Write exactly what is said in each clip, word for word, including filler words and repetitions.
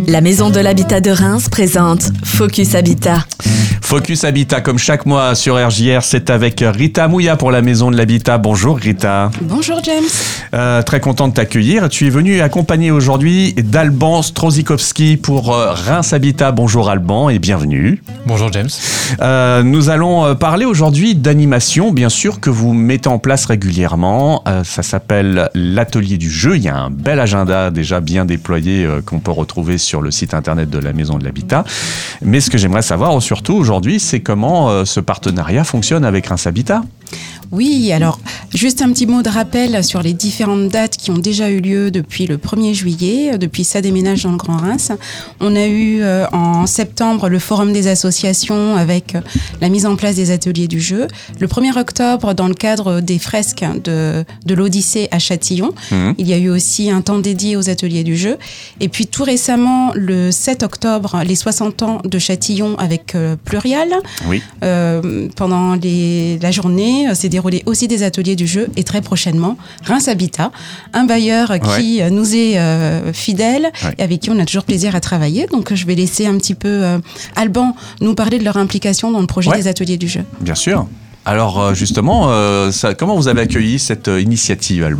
La Maison de l'Habitat de Reims présente Focus Habitat. Focus Habitat, comme chaque mois sur R J R, c'est avec Rita Mouya pour la Maison de l'Habitat. Bonjour Rita. Bonjour James. Euh, très content de t'accueillir. Tu es venu accompagner aujourd'hui d'Alban Strozikowski pour euh, Reims Habitat. Bonjour Alban et bienvenue. Bonjour James. Euh, nous allons parler aujourd'hui d'animation, bien sûr, que vous mettez en place régulièrement. Euh, ça s'appelle l'Atelier du Jeu. Il y a un bel agenda déjà bien déployé euh, qu'on peut retrouver sur le site internet de la Maison de l'Habitat. Mais ce que j'aimerais savoir surtout aujourd'hui, c'est comment euh, ce partenariat fonctionne avec Reims Habitat. Oui, alors juste un petit mot de rappel sur les différentes dates qui ont déjà eu lieu depuis le premier juillet, depuis Ça déménage dans le Grand Reims. On a eu euh, en septembre le forum des associations avec euh, la mise en place des ateliers du jeu. Le premier octobre, dans le cadre des fresques de, de l'Odyssée à Châtillon, mmh. il y a eu aussi un temps dédié aux ateliers du jeu. Et puis tout récemment, le sept octobre, les soixante ans de Châtillon avec euh, Plurial. Oui. Euh, pendant les, la journée, c'est déroulé aussi des ateliers du jeu et très prochainement Reims Habitat, un bailleur qui ouais. nous est euh, fidèle ouais. et avec qui on a toujours plaisir à travailler. Donc je vais laisser un petit peu euh, Alban nous parler de leur implication dans le projet ouais. des ateliers du jeu. Bien sûr. Alors justement, euh, ça, comment vous avez accueilli cette euh, initiative, Alban ?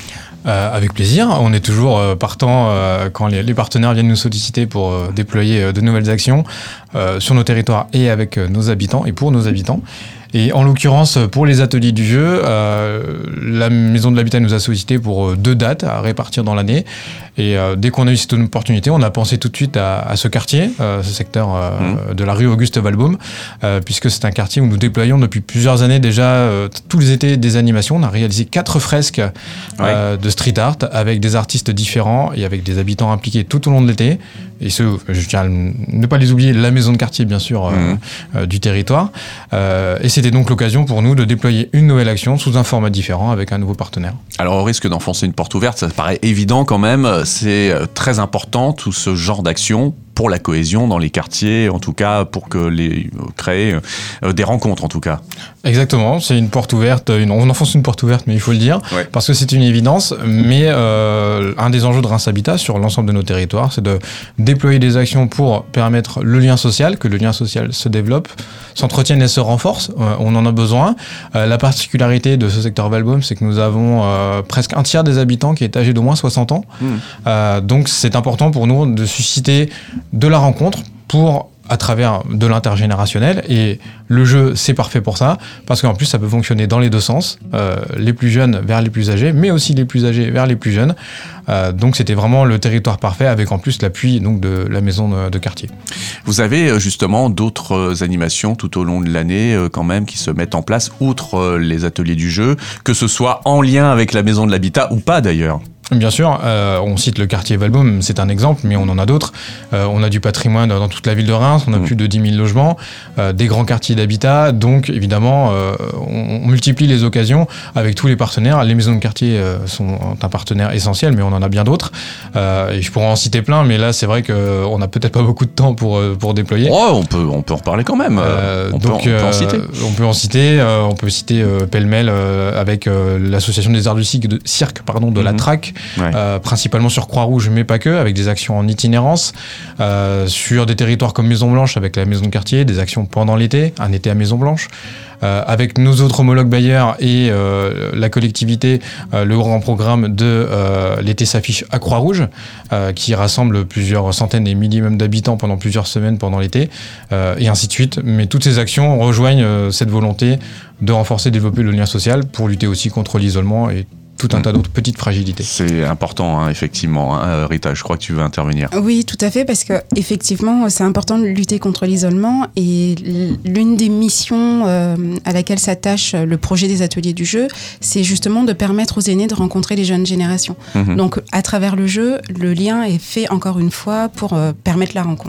Euh, avec plaisir. On est toujours euh, partant euh, quand les, les partenaires viennent nous solliciter pour euh, déployer euh, de nouvelles actions euh, sur nos territoires et avec euh, nos habitants et pour nos habitants. Et en l'occurrence, pour les ateliers du jeu, euh, la Maison de l'Habitat nous a sollicité pour euh, deux dates à répartir dans l'année. Et euh, dès qu'on a eu cette opportunité, on a pensé tout de suite à, à ce quartier, euh, ce secteur euh, mmh. de la rue Auguste Valbaum, euh, puisque c'est un quartier où nous déployons depuis plusieurs années déjà euh, tous les étés des animations. On a réalisé quatre fresques euh, ouais. de street art avec des artistes différents et avec des habitants impliqués tout au long de l'été. Et ce, je tiens à ne pas les oublier, la maison de quartier bien sûr euh, mmh. euh, du territoire. Euh, et c'était donc l'occasion pour nous de déployer une nouvelle action sous un format différent avec un nouveau partenaire. Alors au risque d'enfoncer une porte ouverte, ça paraît évident quand même, c'est très important tout ce genre d'action pour la cohésion dans les quartiers, en tout cas pour que les euh, créer euh, des rencontres en tout cas. Exactement, c'est une porte ouverte, une, on enfonce une porte ouverte mais il faut le dire, ouais. parce que c'est une évidence, mais euh, un des enjeux de Reims Habitat sur l'ensemble de nos territoires, c'est de déployer des actions pour permettre le lien social, que le lien social se développe, s'entretienne et se renforce, euh, on en a besoin. Euh, la particularité de ce secteur Valbaum, c'est que nous avons euh, presque un tiers des habitants qui est âgé d'au moins soixante ans, mmh. euh, donc c'est important pour nous de susciter de la rencontre pour à travers de l'intergénérationnel, et le jeu c'est parfait pour ça parce qu'en plus ça peut fonctionner dans les deux sens, euh, les plus jeunes vers les plus âgés mais aussi les plus âgés vers les plus jeunes, euh, donc c'était vraiment le territoire parfait avec en plus l'appui donc de la maison de, de quartier. Vous avez justement d'autres animations tout au long de l'année euh, quand même qui se mettent en place outre euh, les ateliers du jeu, que ce soit en lien avec la Maison de l'Habitat ou pas d'ailleurs? Bien sûr, euh, on cite le quartier Valbaum, c'est un exemple, mais on en a d'autres. Euh, on a du patrimoine dans toute la ville de Reims, on a mmh. plus de dix mille logements, euh, des grands quartiers d'habitat, donc évidemment, euh, on, on multiplie les occasions avec tous les partenaires. Les maisons de quartier euh, sont un partenaire essentiel, mais on en a bien d'autres. Euh, et je pourrais en citer plein, mais là, c'est vrai qu'on n'a peut-être pas beaucoup de temps pour, pour déployer. Oh, on peut, on peut en reparler quand même. Euh, on, donc, peut, on peut en citer. Euh, on peut en citer, euh, on peut citer euh, pêle-mêle euh, avec euh, l'association des arts du cirque, de, cirque pardon, de mmh. la Traque. Ouais. Euh, principalement sur Croix-Rouge, mais pas que, avec des actions en itinérance, euh, sur des territoires comme Maison-Blanche, avec la maison de quartier, des actions pendant l'été, un été à Maison-Blanche, euh, avec nos autres homologues bailleurs et euh, la collectivité, euh, le grand programme de euh, l'été s'affiche à Croix-Rouge, euh, qui rassemble plusieurs centaines et milliers même d'habitants pendant plusieurs semaines pendant l'été, euh, et ainsi de suite. Mais toutes ces actions rejoignent euh, cette volonté de renforcer et développer le lien social pour lutter aussi contre l'isolement et tout un tas d'autres petites fragilités. C'est important, hein, effectivement. Hein, Rita, je crois que tu veux intervenir. Oui, tout à fait, parce que effectivement, c'est important de lutter contre l'isolement. Et l'une des missions euh, à laquelle s'attache le projet des ateliers du jeu, c'est justement de permettre aux aînés de rencontrer les jeunes générations. Mmh. Donc, à travers le jeu, le lien est fait encore une fois pour euh, permettre la rencontre.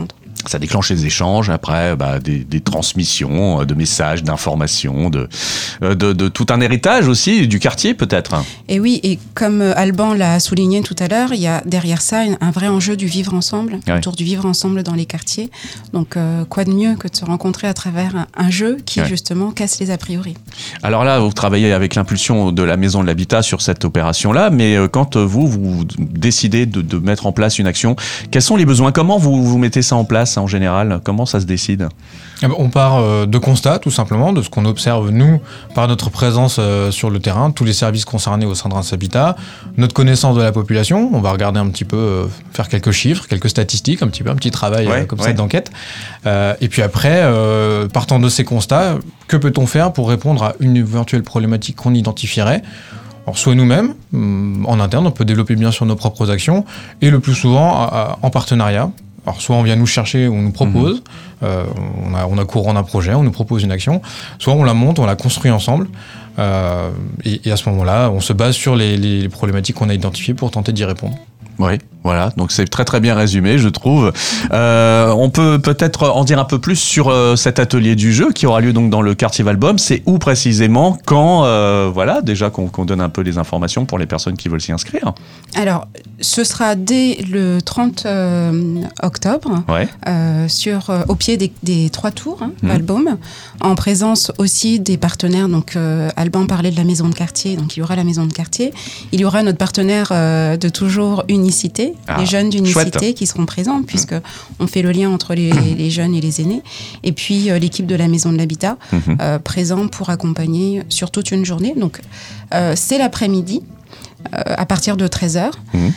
Ça déclenche des échanges, après bah, des, des transmissions de messages, d'informations, de, de, de tout un héritage aussi du quartier peut-être. Et oui, et comme Alban l'a souligné tout à l'heure, il y a derrière ça un vrai enjeu du vivre ensemble, ouais. autour du vivre ensemble dans les quartiers. Donc euh, quoi de mieux que de se rencontrer à travers un, un jeu qui ouais. justement casse les a priori. Alors là, vous travaillez avec l'impulsion de la Maison de l'Habitat sur cette opération-là, mais quand vous, vous décidez de, de mettre en place une action, quels sont les besoins ? Comment vous, vous mettez ça en place en général ? Comment ça se décide ? On part de constats, tout simplement, de ce qu'on observe, nous, par notre présence sur le terrain, tous les services concernés au sein de Reims Habitat, notre connaissance de la population. On va regarder un petit peu, faire quelques chiffres, quelques statistiques, un petit peu, un petit travail ouais, comme ouais. ça d'enquête. Euh, et puis après, euh, partant de ces constats, que peut-on faire pour répondre à une éventuelle problématique qu'on identifierait ? Alors, soit nous-mêmes, en interne, on peut développer bien sûr nos propres actions, et le plus souvent en partenariat. Alors, soit on vient nous chercher, on nous propose, mmh. euh, on, a, on a courant d'un projet, on nous propose une action, soit on la monte, on la construit ensemble, euh, et, et à ce moment-là, on se base sur les, les problématiques qu'on a identifiées pour tenter d'y répondre. Oui, voilà, donc c'est très très bien résumé, je trouve. Euh, on peut peut-être en dire un peu plus sur euh, cet atelier du jeu qui aura lieu donc dans le quartier Valbonne. C'est où précisément, quand, euh, voilà, déjà qu'on, qu'on donne un peu les informations pour les personnes qui veulent s'y inscrire. Alors, ce sera dès le trente euh, octobre, ouais. euh, sur, euh, au pied des, des trois tours, hein, mmh. Valbonne, en présence aussi des partenaires. Donc, euh, Alban parlait de la maison de quartier, donc il y aura la maison de quartier. Il y aura notre partenaire euh, de toujours, Unicité, ah, les jeunes d'Unicité chouette. Qui seront présents, puisque mmh. on fait le lien entre les, les jeunes et les aînés. Et puis, euh, l'équipe de la maison de l'habitat, mmh. euh, présent pour accompagner sur toute une journée. Donc, euh, c'est l'après-midi, euh, à partir de treize heures. Mmh.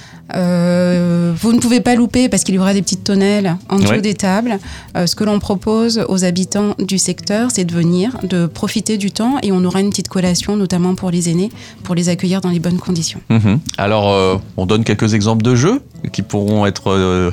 Euh, vous ne pouvez pas louper parce qu'il y aura des petites tonnelles en dessous ouais. des tables. Euh, ce que l'on propose aux habitants du secteur, c'est de venir, de profiter du temps, et on aura une petite collation, notamment pour les aînés, pour les accueillir dans les bonnes conditions. Mmh. Alors, euh, on donne quelques exemples de jeux qui pourront être euh,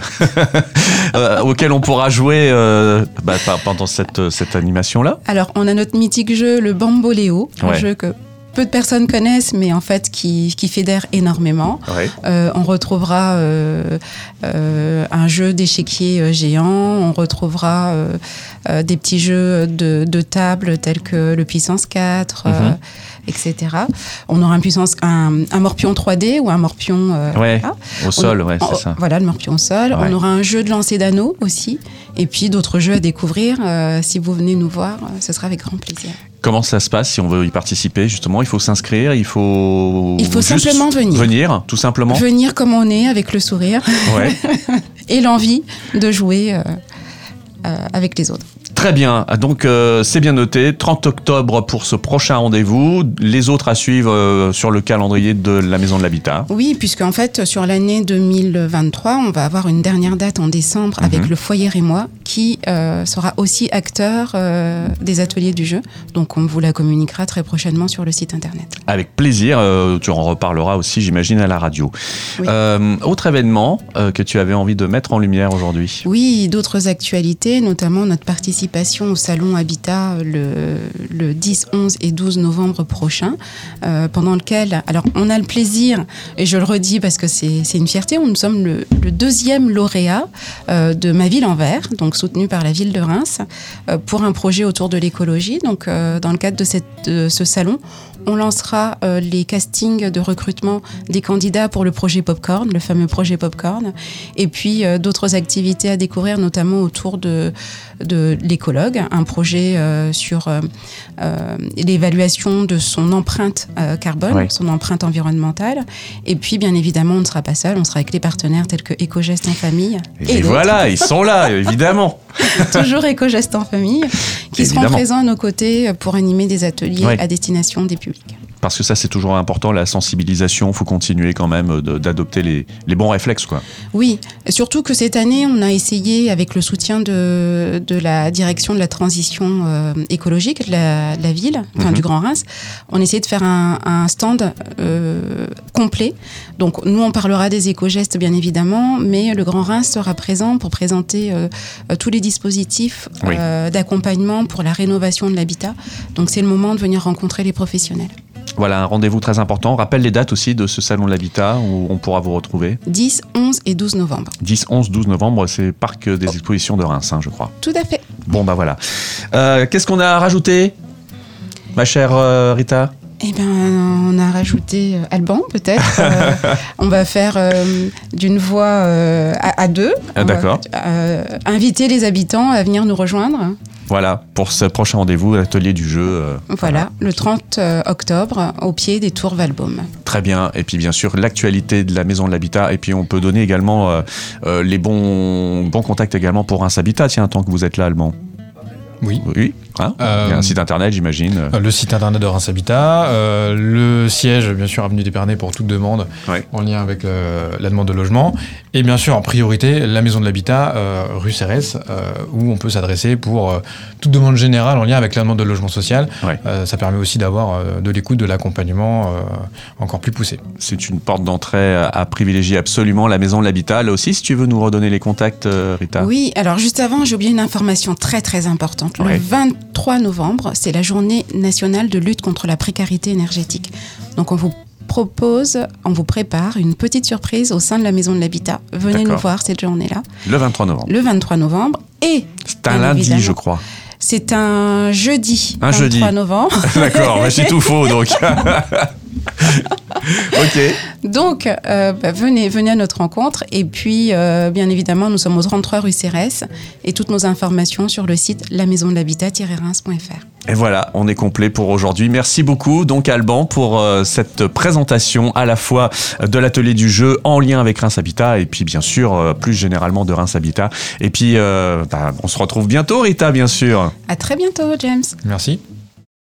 euh, auxquels on pourra jouer euh, bah, pendant cette, cette animation-là. Alors, on a notre mythique jeu, le Bamboléo, ouais. un jeu que peu de personnes connaissent, mais en fait qui, qui fédère énormément. Ouais. Euh, on retrouvera euh, euh, un jeu d'échiquier géant, on retrouvera euh, euh, des petits jeux de, de table tels que le Puissance quatre, mm-hmm. euh, et cetera. On aura un, puissance, un, un morpion trois D ou un morpion... Euh, ouais, là. Au sol, on, ouais, c'est ça. Voilà, le morpion au sol. Ouais. On aura un jeu de lancer d'anneaux aussi, et puis d'autres jeux à découvrir. Euh, si vous venez nous voir, ce sera avec grand plaisir. Comment ça se passe si on veut y participer, justement ? Il faut s'inscrire, il faut... Il faut juste simplement venir. Venir, tout simplement. Venir comme on est, avec le sourire. Ouais. Et l'envie de jouer euh, euh, avec les autres. Très bien, donc euh, c'est bien noté, trente octobre pour ce prochain rendez-vous, les autres à suivre euh, sur le calendrier de la Maison de l'Habitat. Oui, puisqu'en fait sur l'année deux mille vingt-trois, on va avoir une dernière date en décembre, mm-hmm. avec le Foyer Rémois qui euh, sera aussi acteur euh, des ateliers du jeu, donc on vous la communiquera très prochainement sur le site internet. Avec plaisir, euh, tu en reparleras aussi j'imagine à la radio. Oui. Euh, autre événement euh, que tu avais envie de mettre en lumière aujourd'hui ? Oui, d'autres actualités, notamment notre participation au Salon Habitat le, le dix, onze et douze novembre prochain, euh, pendant lequel, alors on a le plaisir, et je le redis parce que c'est, c'est une fierté, nous sommes le, le deuxième lauréat euh, de Ma Ville en Vert, donc soutenu par la ville de Reims, euh, pour un projet autour de l'écologie. Donc euh, dans le cadre de, cette, de ce salon, on lancera euh, les castings de recrutement des candidats pour le projet Popcorn, le fameux projet Popcorn, et puis euh, d'autres activités à découvrir, notamment autour de, de l'écologue, un projet euh, sur euh, euh, l'évaluation de son empreinte euh, carbone, oui. son empreinte environnementale, et puis bien évidemment on ne sera pas seul, on sera avec les partenaires tels que Éco-Gestes en Famille. Et, et voilà, ils sont là, évidemment. Toujours Éco-Gestes en Famille, qui évidemment. seront présents à nos côtés pour animer des ateliers oui. à destination des publics. Parce que ça, c'est toujours important, la sensibilisation. Il faut continuer quand même de, d'adopter les, les bons réflexes, quoi. Oui, surtout que cette année, on a essayé, avec le soutien de, de la direction de la transition euh, écologique de la, de la ville, enfin mm-hmm. du Grand Reims, on a essayé de faire un, un stand euh, complet. Donc, nous, on parlera des éco-gestes, bien évidemment, mais le Grand Reims sera présent pour présenter euh, tous les dispositifs oui. euh, d'accompagnement pour la rénovation de l'habitat. Donc, c'est le moment de venir rencontrer les professionnels. Voilà, un rendez-vous très important. Rappelle les dates aussi de ce salon de l'habitat où on pourra vous retrouver. dix, onze et douze novembre. dix, onze, douze novembre, c'est Parc des Expositions de Reims, hein, je crois. Tout à fait. Bon, bah voilà. Euh, qu'est-ce qu'on a rajouté, ma chère euh, Rita ? Eh bien, on a rajouté euh, Alban, peut-être. Euh, on va faire euh, d'une voix euh, à, à deux. Ah, d'accord. On va, euh, inviter les habitants à venir nous rejoindre. Voilà, pour ce prochain rendez-vous, l'atelier du jeu. Euh, Voilà, voilà, le trente octobre, au pied des Tours Valbaume. Très bien. Et puis bien sûr, l'actualité de la Maison de l'Habitat. Et puis on peut donner également euh, euh, les bons, bons contacts également pour Reims Habitat, tiens, tant que vous êtes là, Alban. Oui. Oui, hein Euh, il y a un site internet, j'imagine. Euh, Le site internet de Reims Habitat, euh, le siège, bien sûr, avenue d'Épernay pour toute demande Ouais. en lien avec euh, la demande de logement. Et bien sûr, en priorité, la Maison de l'Habitat, euh, rue Cérès, euh, où on peut s'adresser pour euh, toute demande générale en lien avec la demande de logement social. Ouais. Euh, ça permet aussi d'avoir euh, de l'écoute, de l'accompagnement euh, encore plus poussé. C'est une porte d'entrée à, à privilégier absolument, la Maison de l'Habitat. Là aussi, si tu veux nous redonner les contacts, euh, Rita. Oui, alors juste avant, j'ai oublié une information très très importante. Le Ouais. vingt-trois novembre, c'est la journée nationale de lutte contre la précarité énergétique. Donc on vous propose, on vous prépare une petite surprise au sein de la Maison de l'Habitat. Venez D'accord. nous voir cette journée-là, Le vingt-trois novembre. le vingt-trois novembre. Et C'est un bien lundi, évidemment, je crois. c'est un jeudi, Un jeudi. vingt-trois novembre. D'accord, mais c'est tout faux, donc. Ok. Donc, euh, bah, venez, venez à notre rencontre. Et puis, euh, bien évidemment, nous sommes au trente-trois rue Cérès. Et toutes nos informations sur le site la maison de l'habitat tiret reims point f r. Et voilà, on est complet pour aujourd'hui. Merci beaucoup, donc Alban, pour euh, cette présentation à la fois de l'atelier du jeu en lien avec Reims Habitat et puis bien sûr, euh, plus généralement de Reims Habitat. Et puis, euh, bah, on se retrouve bientôt, Rita, bien sûr. À très bientôt, James. Merci.